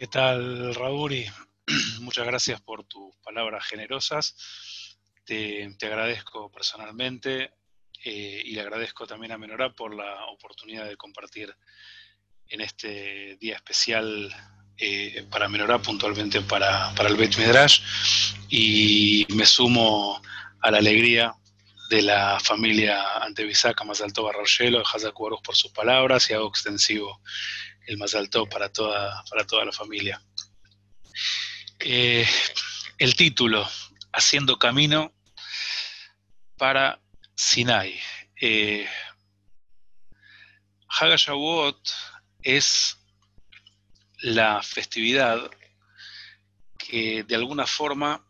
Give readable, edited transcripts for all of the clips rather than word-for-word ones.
¿Qué tal, Raúl? Muchas gracias por tus palabras generosas. Te agradezco personalmente y le agradezco también a Menorá por la oportunidad de compartir en este día especial para Menorá, puntualmente para el Beit Midrash. Y me sumo a la alegría de la familia Antebisaca, Mazal Tov Barroyelo, de Hazak Baruch por sus palabras, y hago extensivo el Mazal Tov para toda la familia. Eh, el título, Haciendo Camino para Sinai. Hag HaShavuot es la festividad que de alguna forma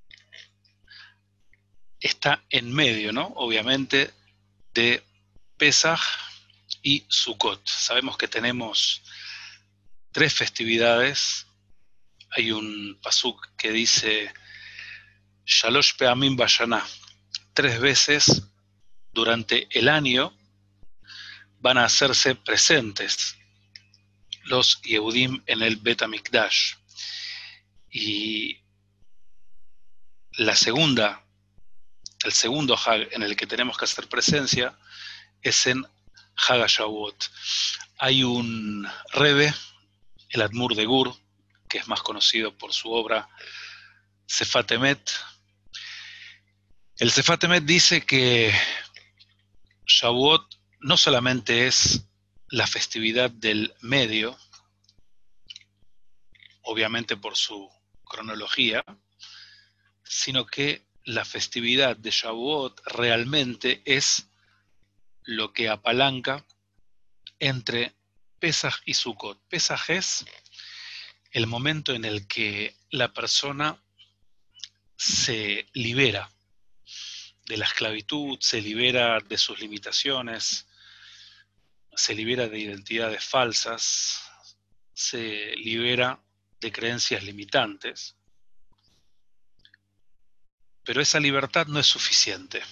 está en medio, ¿no? Obviamente, de Pesaj y Sukkot. Sabemos que tenemos tres festividades. Hay un pasuk que dice Shalosh Pe'amim Bashana, 3 veces durante el año van a hacerse presentes los Yehudim en el Bet HaMikdash. Y el segundo Hag en el que tenemos que hacer presencia es en Hag HaShavuot. Hay un Rebbe, el Admur de Gur, que es más conocido por su obra Sefat Emet. El Sefat Emet dice que Shavuot no solamente es la festividad del medio, obviamente por su cronología, sino que la festividad de Shavuot realmente es lo que apalanca entre Pesaj y Sukkot. Pesaj es el momento en el que la persona se libera de la esclavitud, se libera de sus limitaciones, se libera de identidades falsas, se libera de creencias limitantes. Pero esa libertad no es suficiente.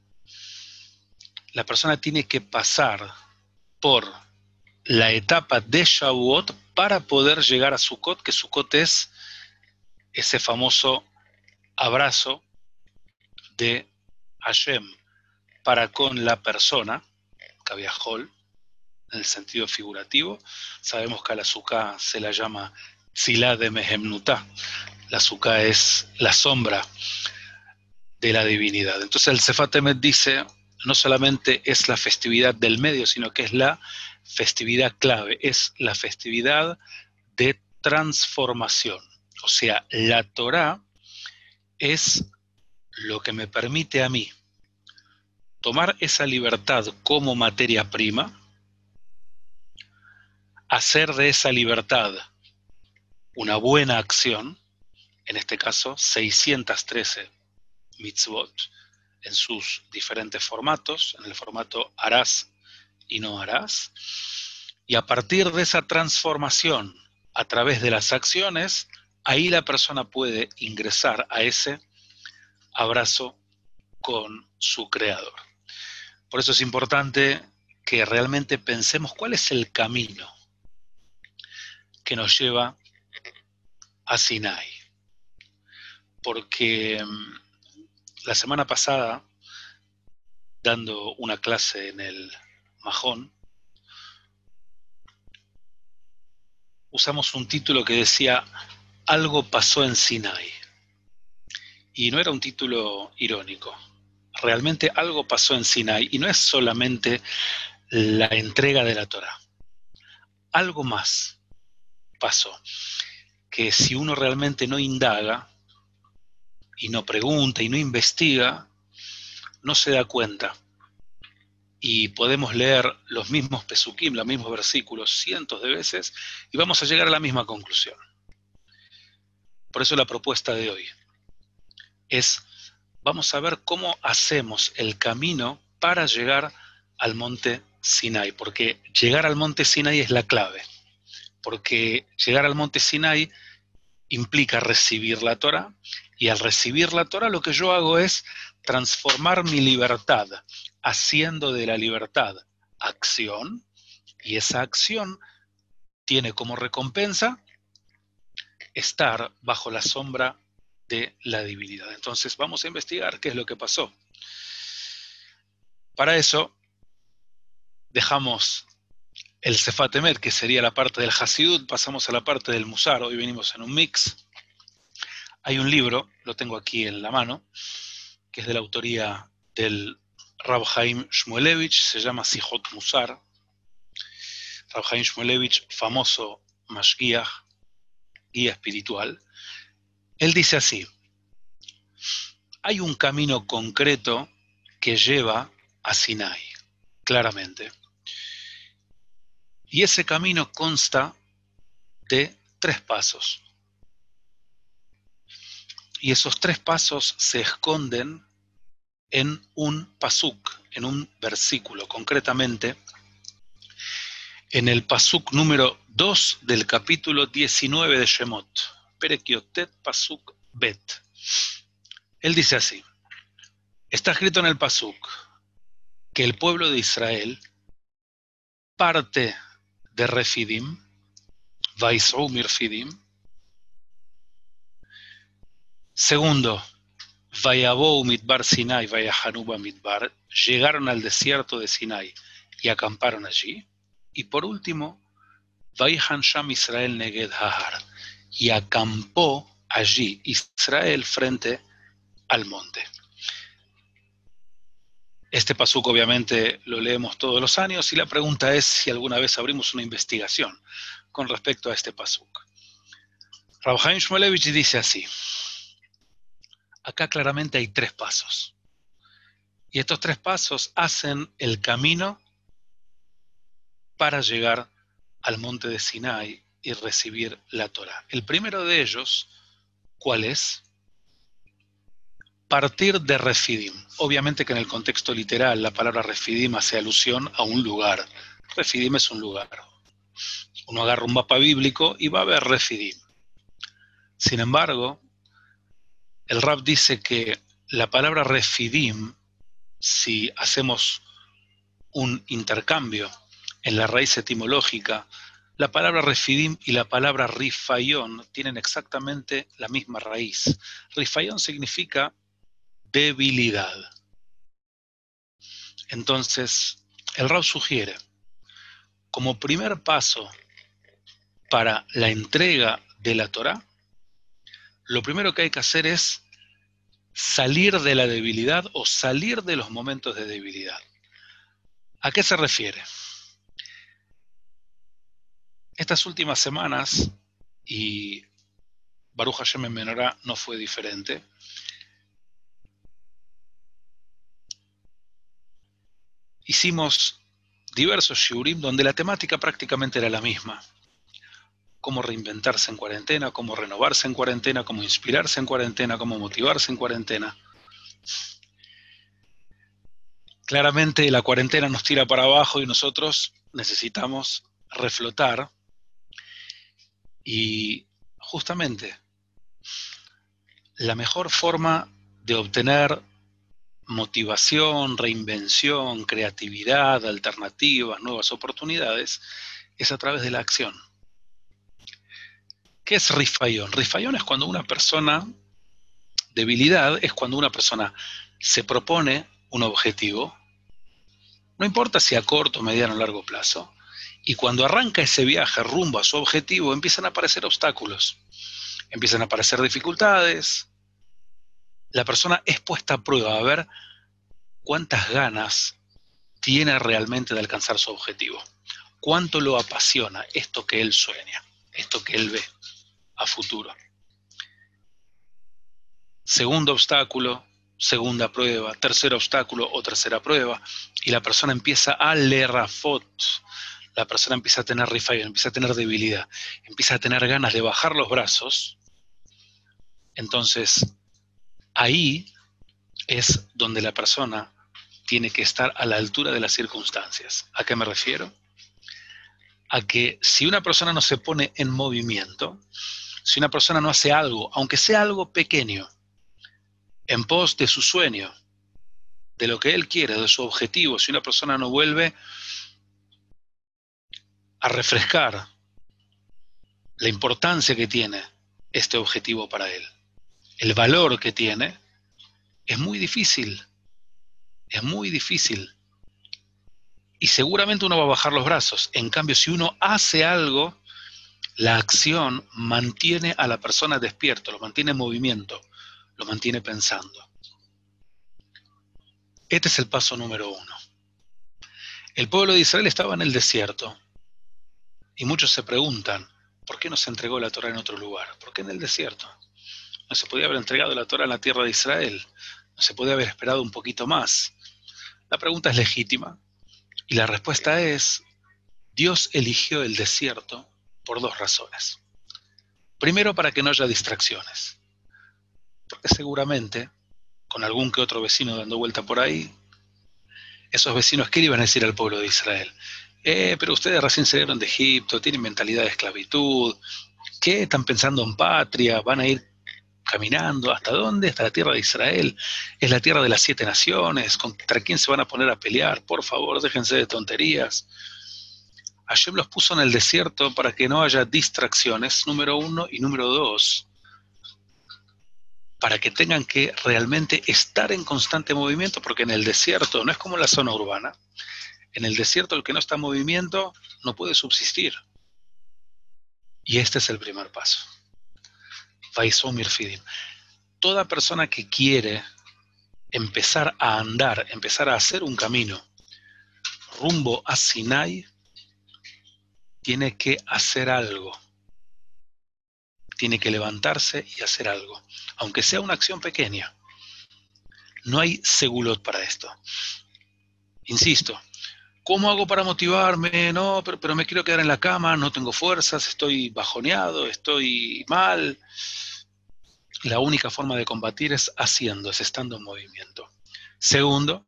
La persona tiene que pasar por la etapa de Shavuot para poder llegar a Sukkot, que Sukkot es ese famoso abrazo de Hashem para con la persona, Kaviahol, en el sentido figurativo. Sabemos que a la Sukkah se la llama Tzilá de Mehemnutá. La Sukkah es la sombra de la divinidad. Entonces el Sefat Emet dice, no solamente es la festividad del medio, sino que es la festividad clave, es la festividad de transformación. O sea, la Torá es lo que me permite a mí tomar esa libertad como materia prima, hacer de esa libertad una buena acción, en este caso 613 mitzvot, en sus diferentes formatos, en el formato harás y no harás, y a partir de esa transformación a través de las acciones, ahí la persona puede ingresar a ese abrazo con su creador. Por eso es importante que realmente pensemos cuál es el camino que nos lleva a Sinai. Porque la semana pasada, dando una clase en el Majón, usamos un título que decía Algo pasó en Sinai. Y no era un título irónico. Realmente algo pasó en Sinai y no es solamente la entrega de la Torá. Algo más pasó, que si uno realmente no indaga y no pregunta y no investiga, no se da cuenta. Y podemos leer los mismos pesukim, los mismos versículos cientos de veces y vamos a llegar a la misma conclusión. Por eso la propuesta de hoy es, vamos a ver cómo hacemos el camino para llegar al monte Sinai, porque llegar al monte Sinai es la clave, porque llegar al monte Sinai implica recibir la Torá, y al recibir la Torá lo que yo hago es transformar mi libertad, haciendo de la libertad acción, y esa acción tiene como recompensa estar bajo la sombra de la debilidad. Entonces vamos a investigar qué es lo que pasó. Para eso dejamos el Sefat Emet, que sería la parte del Hasidut, pasamos a la parte del Musar. Hoy venimos en un mix. Hay un libro, lo tengo aquí en la mano, que es de la autoría del Rav Chaim Shmulevich, se llama Sijot Musar. Rav Chaim Shmulevich, famoso Mashgiach, guía espiritual. Él dice así: hay un camino concreto que lleva a Sinai, claramente. Y ese camino consta de 3 pasos. Y esos 3 pasos se esconden en un pasuk, en un versículo, concretamente en el pasuk número 2 del capítulo 19 de Shemot, Perek Yotet pasuk bet. Él dice así: está escrito en el pasuk que el pueblo de Israel parte de Refidim, Vais'u Mirfidim. Segundo, Vayabou Midbar Sinai, Vayahanu Bamidbar, llegaron al desierto de Sinai y acamparon allí. Y por último, Vayhan Sham Israel Neged Hahar, y acampó allí Israel frente al monte. Este pasuk obviamente lo leemos todos los años y la pregunta es si alguna vez abrimos una investigación con respecto a este pasuk. Rav Chaim Shmulevich dice así: acá claramente hay 3 pasos. Y estos 3 pasos hacen el camino para llegar al monte de Sinai y recibir la Torá. El primero de ellos, ¿cuál es? Partir de Refidim. Obviamente que en el contexto literal la palabra Refidim hace alusión a un lugar. Refidim es un lugar. Uno agarra un mapa bíblico y va a ver Refidim. Sin embargo, el Rab dice que la palabra Refidim, si hacemos un intercambio en la raíz etimológica, la palabra Refidim y la palabra Rifayón tienen exactamente la misma raíz. Rifayón significa debilidad. Entonces, el Rab sugiere, como primer paso para la entrega de la Torá, lo primero que hay que hacer es salir de la debilidad o salir de los momentos de debilidad. ¿A qué se refiere? Estas últimas semanas, y Baruch Hashem en Menorá no fue diferente, hicimos diversos shiurim donde la temática prácticamente era la misma. Cómo reinventarse en cuarentena, cómo renovarse en cuarentena, cómo inspirarse en cuarentena, cómo motivarse en cuarentena. Claramente la cuarentena nos tira para abajo y nosotros necesitamos reflotar. Y justamente la mejor forma de obtener motivación, reinvención, creatividad, alternativas, nuevas oportunidades, es a través de la acción. ¿Qué es Rifayón? Rifayón es cuando una persona, debilidad es cuando una persona se propone un objetivo, no importa si a corto, mediano o largo plazo, y cuando arranca ese viaje rumbo a su objetivo, empiezan a aparecer obstáculos, empiezan a aparecer dificultades. La persona es puesta a prueba a ver cuántas ganas tiene realmente de alcanzar su objetivo, cuánto lo apasiona esto que él sueña, esto que él ve a futuro. Segundo obstáculo, segunda prueba, tercer obstáculo o tercera prueba, y la persona empieza a lerafot, la persona empieza a tener rifayón, empieza a tener debilidad, empieza a tener ganas de bajar los brazos. Entonces, ahí es donde la persona tiene que estar a la altura de las circunstancias. ¿A qué me refiero? A que si una persona no se pone en movimiento, si una persona no hace algo, aunque sea algo pequeño, en pos de su sueño, de lo que él quiere, de su objetivo, si una persona no vuelve a refrescar la importancia que tiene este objetivo para él. El valor que tiene es muy difícil, es muy difícil. Y seguramente uno va a bajar los brazos. En cambio, si uno hace algo, la acción mantiene a la persona despierto, lo mantiene en movimiento, lo mantiene pensando. Este es el paso número 1. El pueblo de Israel estaba en el desierto y muchos se preguntan, ¿por qué no se entregó la Torá en otro lugar? ¿Por qué en el desierto? No se podía haber entregado la Torá en la tierra de Israel, no se podía haber esperado un poquito más. La pregunta es legítima y la respuesta es, Dios eligió el desierto por 2 razones. Primero, para que no haya distracciones, porque seguramente, con algún que otro vecino dando vuelta por ahí, esos vecinos, ¿qué le iban a decir al pueblo de Israel? Pero ustedes recién salieron de Egipto, tienen mentalidad de esclavitud, ¿qué? ¿Están pensando en patria? ¿Van a ir caminando? ¿Hasta dónde? ¿Hasta la tierra de Israel? ¿Es la tierra de las 7 naciones? ¿Contra quién se van a poner a pelear? Por favor, déjense de tonterías. Hashem los puso en el desierto para que no haya distracciones, número 1, y número 2, para que tengan que realmente estar en constante movimiento, porque en el desierto no es como en la zona urbana. En el desierto el que no está en movimiento no puede subsistir. Y este es el primer paso. Vaisomir Fidim. Toda persona que quiere empezar a andar, empezar a hacer un camino rumbo a Sinai, tiene que hacer algo. Tiene que levantarse y hacer algo. Aunque sea una acción pequeña. No hay segulot para esto. Insisto, ¿cómo hago para motivarme? No, pero me quiero quedar en la cama, no tengo fuerzas, estoy bajoneado, estoy mal. La única forma de combatir es haciendo, es estando en movimiento. Segundo,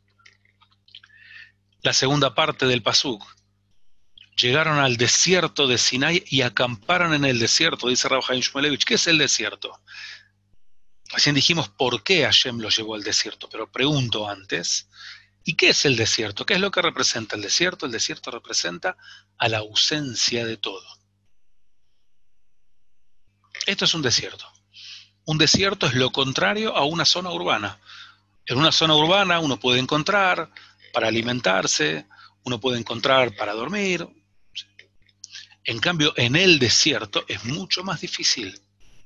la segunda parte del pasuk. Llegaron al desierto de Sinai y acamparon en el desierto, dice Rav Chaim Shmulevich. ¿Qué es el desierto? Recién dijimos por qué Hashem los llevó al desierto, pero pregunto antes, ¿y qué es el desierto? ¿Qué es lo que representa el desierto? El desierto representa a la ausencia de todo. Esto es un desierto. Un desierto es lo contrario a una zona urbana. En una zona urbana uno puede encontrar para alimentarse, uno puede encontrar para dormir. En cambio, en el desierto es mucho más difícil.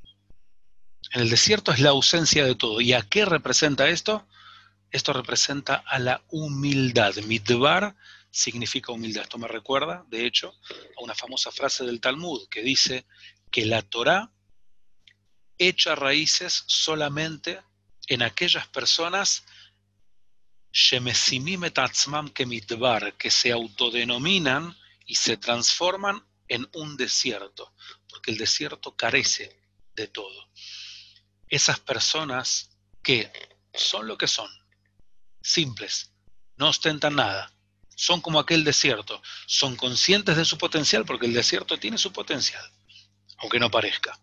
En el desierto es la ausencia de todo. ¿Y a qué representa esto? Esto representa a la humildad. Midbar significa humildad. Esto me recuerda, de hecho, a una famosa frase del Talmud que dice que la Torá echa raíces solamente en aquellas personas shemesimim et atzmam kemidbar, que se autodenominan y se transforman en un desierto, porque el desierto carece de todo. Esas personas que son lo que son, simples, no ostentan nada, son como aquel desierto, son conscientes de su potencial, porque el desierto tiene su potencial, aunque no parezca,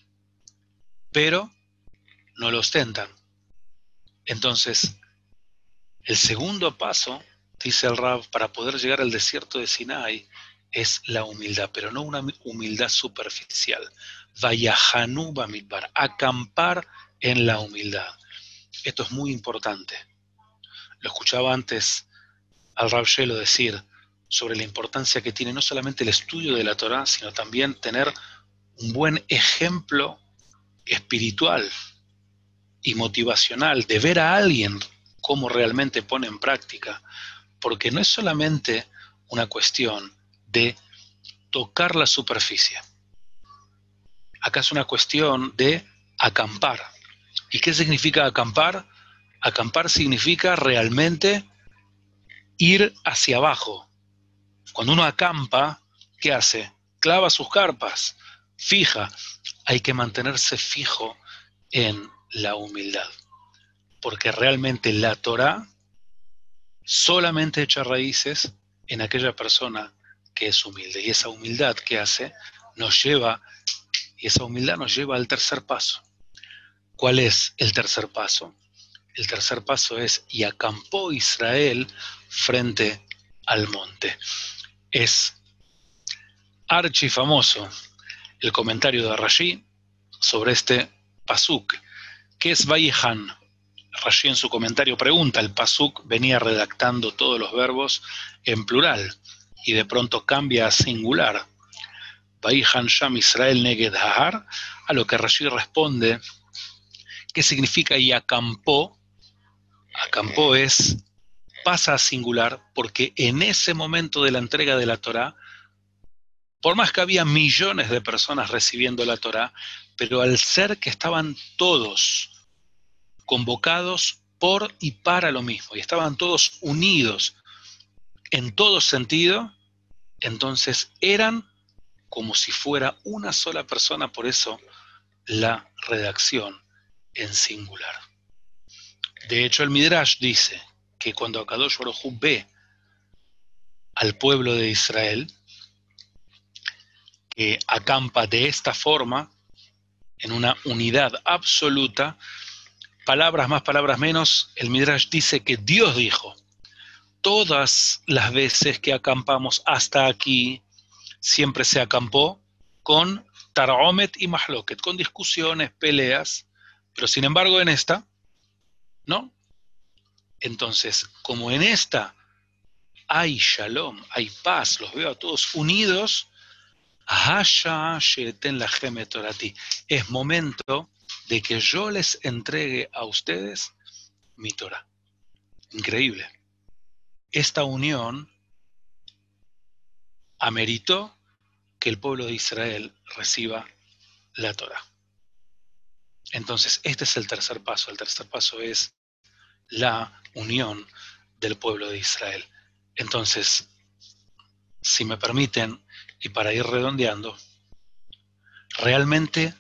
pero no lo ostentan. Entonces, el segundo paso, dice el Rav, para poder llegar al desierto de Sinai, es la humildad, pero no una humildad superficial. Vayahanu bamidbar, acampar en la humildad. Esto es muy importante. Lo escuchaba antes al Rav Shelo decir sobre la importancia que tiene no solamente el estudio de la Torá, sino también tener un buen ejemplo espiritual y motivacional de ver a alguien cómo realmente pone en práctica, porque no es solamente una cuestión de tocar la superficie. Acá es una cuestión de acampar. ¿Y qué significa acampar? Acampar significa realmente ir hacia abajo. Cuando uno acampa, ¿qué hace? Clava sus carpas, fija. Hay que mantenerse fijo en la humildad, porque realmente la Torá solamente echa raíces en aquella persona que es humilde. Y esa humildad que hace nos lleva, y esa humildad nos lleva al tercer paso. ¿Cuál es el tercer paso? El tercer paso es, y acampó Israel frente al monte. Es archifamoso el comentario de Rashi, sobre este pasuk. ¿Qué es Vayihan? Rashi en su comentario pregunta, el pasuk venía redactando todos los verbos en plural y de pronto cambia a singular. Vayihan Sham Israel Neged Hahar, a lo que Rashi responde, ¿qué significa y acampó? Acampó pasa a singular porque en ese momento de la entrega de la Torá, por más que había millones de personas recibiendo la Torá, pero al ser que estaban todos convocados por y para lo mismo, y estaban todos unidos en todo sentido, entonces eran como si fuera una sola persona, por eso la redacción en singular. De hecho, el Midrash dice que cuando Akadosh Baruj Hu ve al pueblo de Israel, que acampa de esta forma, en una unidad absoluta, palabras más, palabras menos, el Midrash dice que Dios dijo, todas las veces que acampamos hasta aquí, siempre se acampó con Taraomet y Mahloket, con discusiones, peleas, pero sin embargo en esta, ¿no? Entonces, como en esta hay shalom, hay paz, los veo a todos unidos, es momento de que yo les entregue a ustedes mi Torah. Increíble. Esta unión ameritó que el pueblo de Israel reciba la Torah. Entonces, este es el tercer paso. El tercer paso es la unión del pueblo de Israel. Entonces, si me permiten, y para ir redondeando, realmente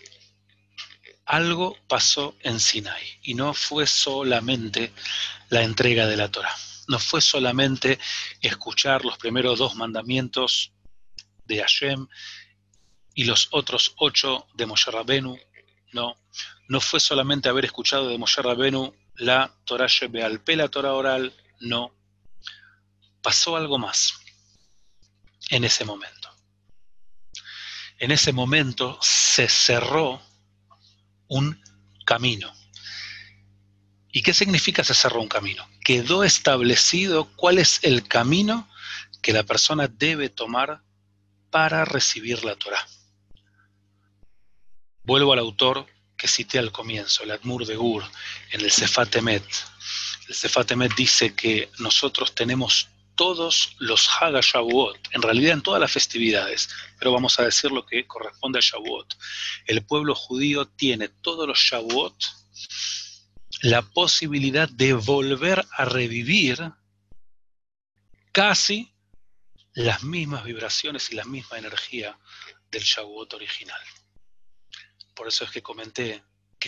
algo pasó en Sinai, y no fue solamente la entrega de la Torah. No fue solamente escuchar los primeros 2 mandamientos de Hashem y los otros 8 de Moshe Rabenu. No fue solamente haber escuchado de Moshe Rabenu la Torah Shebe'al Peh, la Torah oral. No. Pasó algo más en ese momento. En ese momento se cerró un camino. ¿Y qué significa se cerró un camino? Quedó establecido cuál es el camino que la persona debe tomar para recibir la Torah. Vuelvo al autor que cité al comienzo, el Admur de Gur, en el Sefat Emet. El Sefat Emet dice que nosotros tenemos todos los Hag HaShavuot, en realidad en todas las festividades, pero vamos a decir lo que corresponde a Shavuot. El pueblo judío tiene todos los Shavuot la posibilidad de volver a revivir casi las mismas vibraciones y la misma energía del Shavuot original. Por eso es que comencé,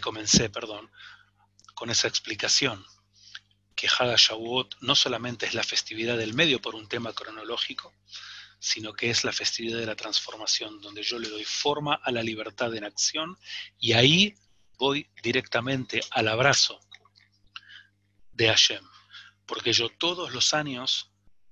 con esa explicación, que Hag HaShavuot no solamente es la festividad del medio por un tema cronológico, sino que es la festividad de la transformación, donde yo le doy forma a la libertad en acción, y ahí voy directamente al abrazo de Hashem, porque yo todos los años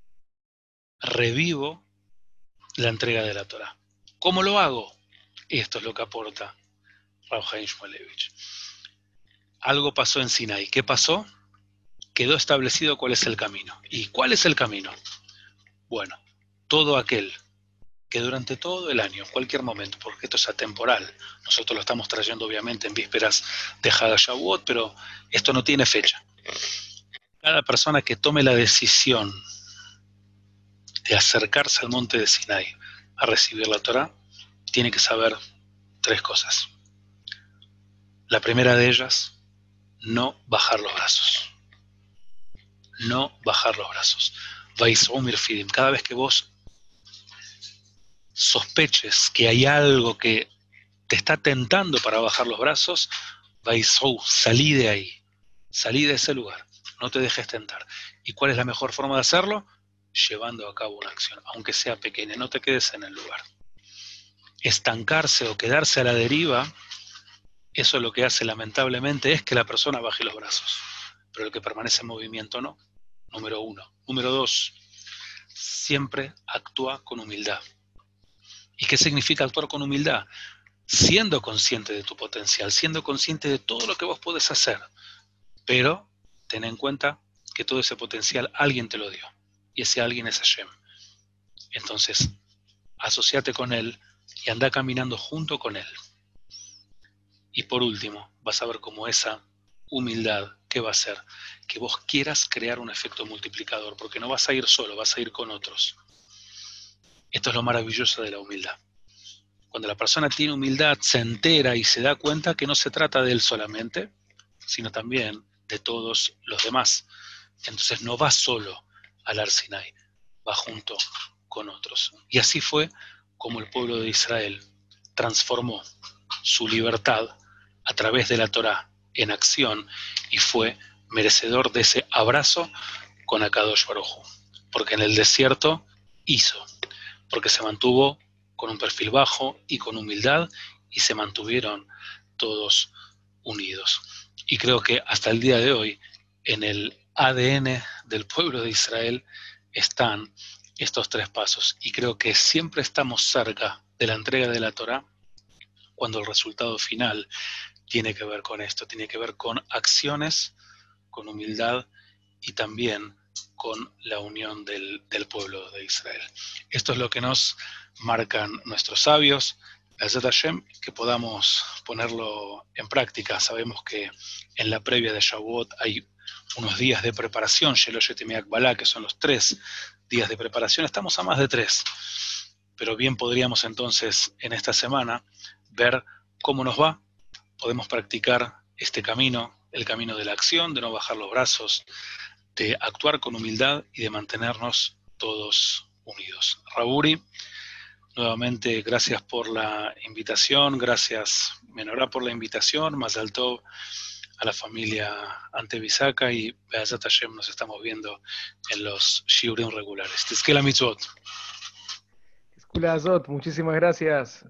revivo la entrega de la Torah. ¿Cómo lo hago? Esto es lo que aporta Rav Chaim Shmulevich. Algo pasó en Sinai. ¿Qué pasó? Quedó establecido cuál es el camino. ¿Y cuál es el camino? Bueno, todo aquel que durante todo el año, en cualquier momento, porque esto es atemporal, nosotros lo estamos trayendo obviamente en vísperas de Hag HaShavuot, pero esto no tiene fecha. Cada persona que tome la decisión de acercarse al monte de Sinai a recibir la Torah, tiene que saber 3 cosas. La primera de ellas, no bajar los brazos. No bajar los brazos. Cada vez que vos sospeches que hay algo que te está tentando para bajar los brazos, salí de ahí. Salí de ese lugar. No te dejes tentar. ¿Y cuál es la mejor forma de hacerlo? Llevando a cabo una acción, aunque sea pequeña. No te quedes en el lugar. Estancarse o quedarse a la deriva, eso lo que hace lamentablemente es que la persona baje los brazos, pero el que permanece en movimiento no. Número 1. Número 2, siempre actúa con humildad. ¿Y qué significa actuar con humildad? siendo consciente de tu potencial, siendo consciente de todo lo que vos podés hacer, pero ten en cuenta que todo ese potencial alguien te lo dio, y ese alguien es Hashem. Entonces, asociate con él y anda caminando junto con él. Y por último, vas a ver cómo esa humildad, ¿qué va a hacer? Que vos quieras crear un efecto multiplicador, porque no vas a ir solo, vas a ir con otros. Esto es lo maravilloso de la humildad. Cuando la persona tiene humildad, se entera y se da cuenta que no se trata de él solamente, sino también de todos los demás. Entonces no va solo al Har Sinai, va junto con otros. Y así fue como el pueblo de Israel transformó su libertad a través de la Torá en acción y fue merecedor de ese abrazo con Akadosh Baruj Hu. Porque en el desierto hizo, porque se mantuvo con un perfil bajo y con humildad y se mantuvieron todos unidos. Y creo que hasta el día de hoy, en el ADN del pueblo de Israel están estos tres pasos. Y creo que siempre estamos cerca de la entrega de la Torá cuando el resultado final tiene que ver con esto, tiene que ver con acciones, con humildad y también con la unión del pueblo de Israel. Esto es lo que nos marcan nuestros sabios, Hashem, que podamos ponerlo en práctica. Sabemos que en la previa de Shavuot hay unos días de preparación, Shelosh y Akbalá, que son los 3 días de preparación. Estamos a más de 3, pero bien podríamos entonces en esta semana ver cómo nos va. Podemos practicar este camino, el camino de la acción, de no bajar los brazos, de actuar con humildad y de mantenernos todos unidos. Raburi, nuevamente gracias por la invitación, gracias Menorá por la invitación, Mazal Tov a la familia Antebisaca y Be'ezat Hashem nos estamos viendo en los shiurim regulares. Tezke la mitzvot. Escula Azot, muchísimas gracias.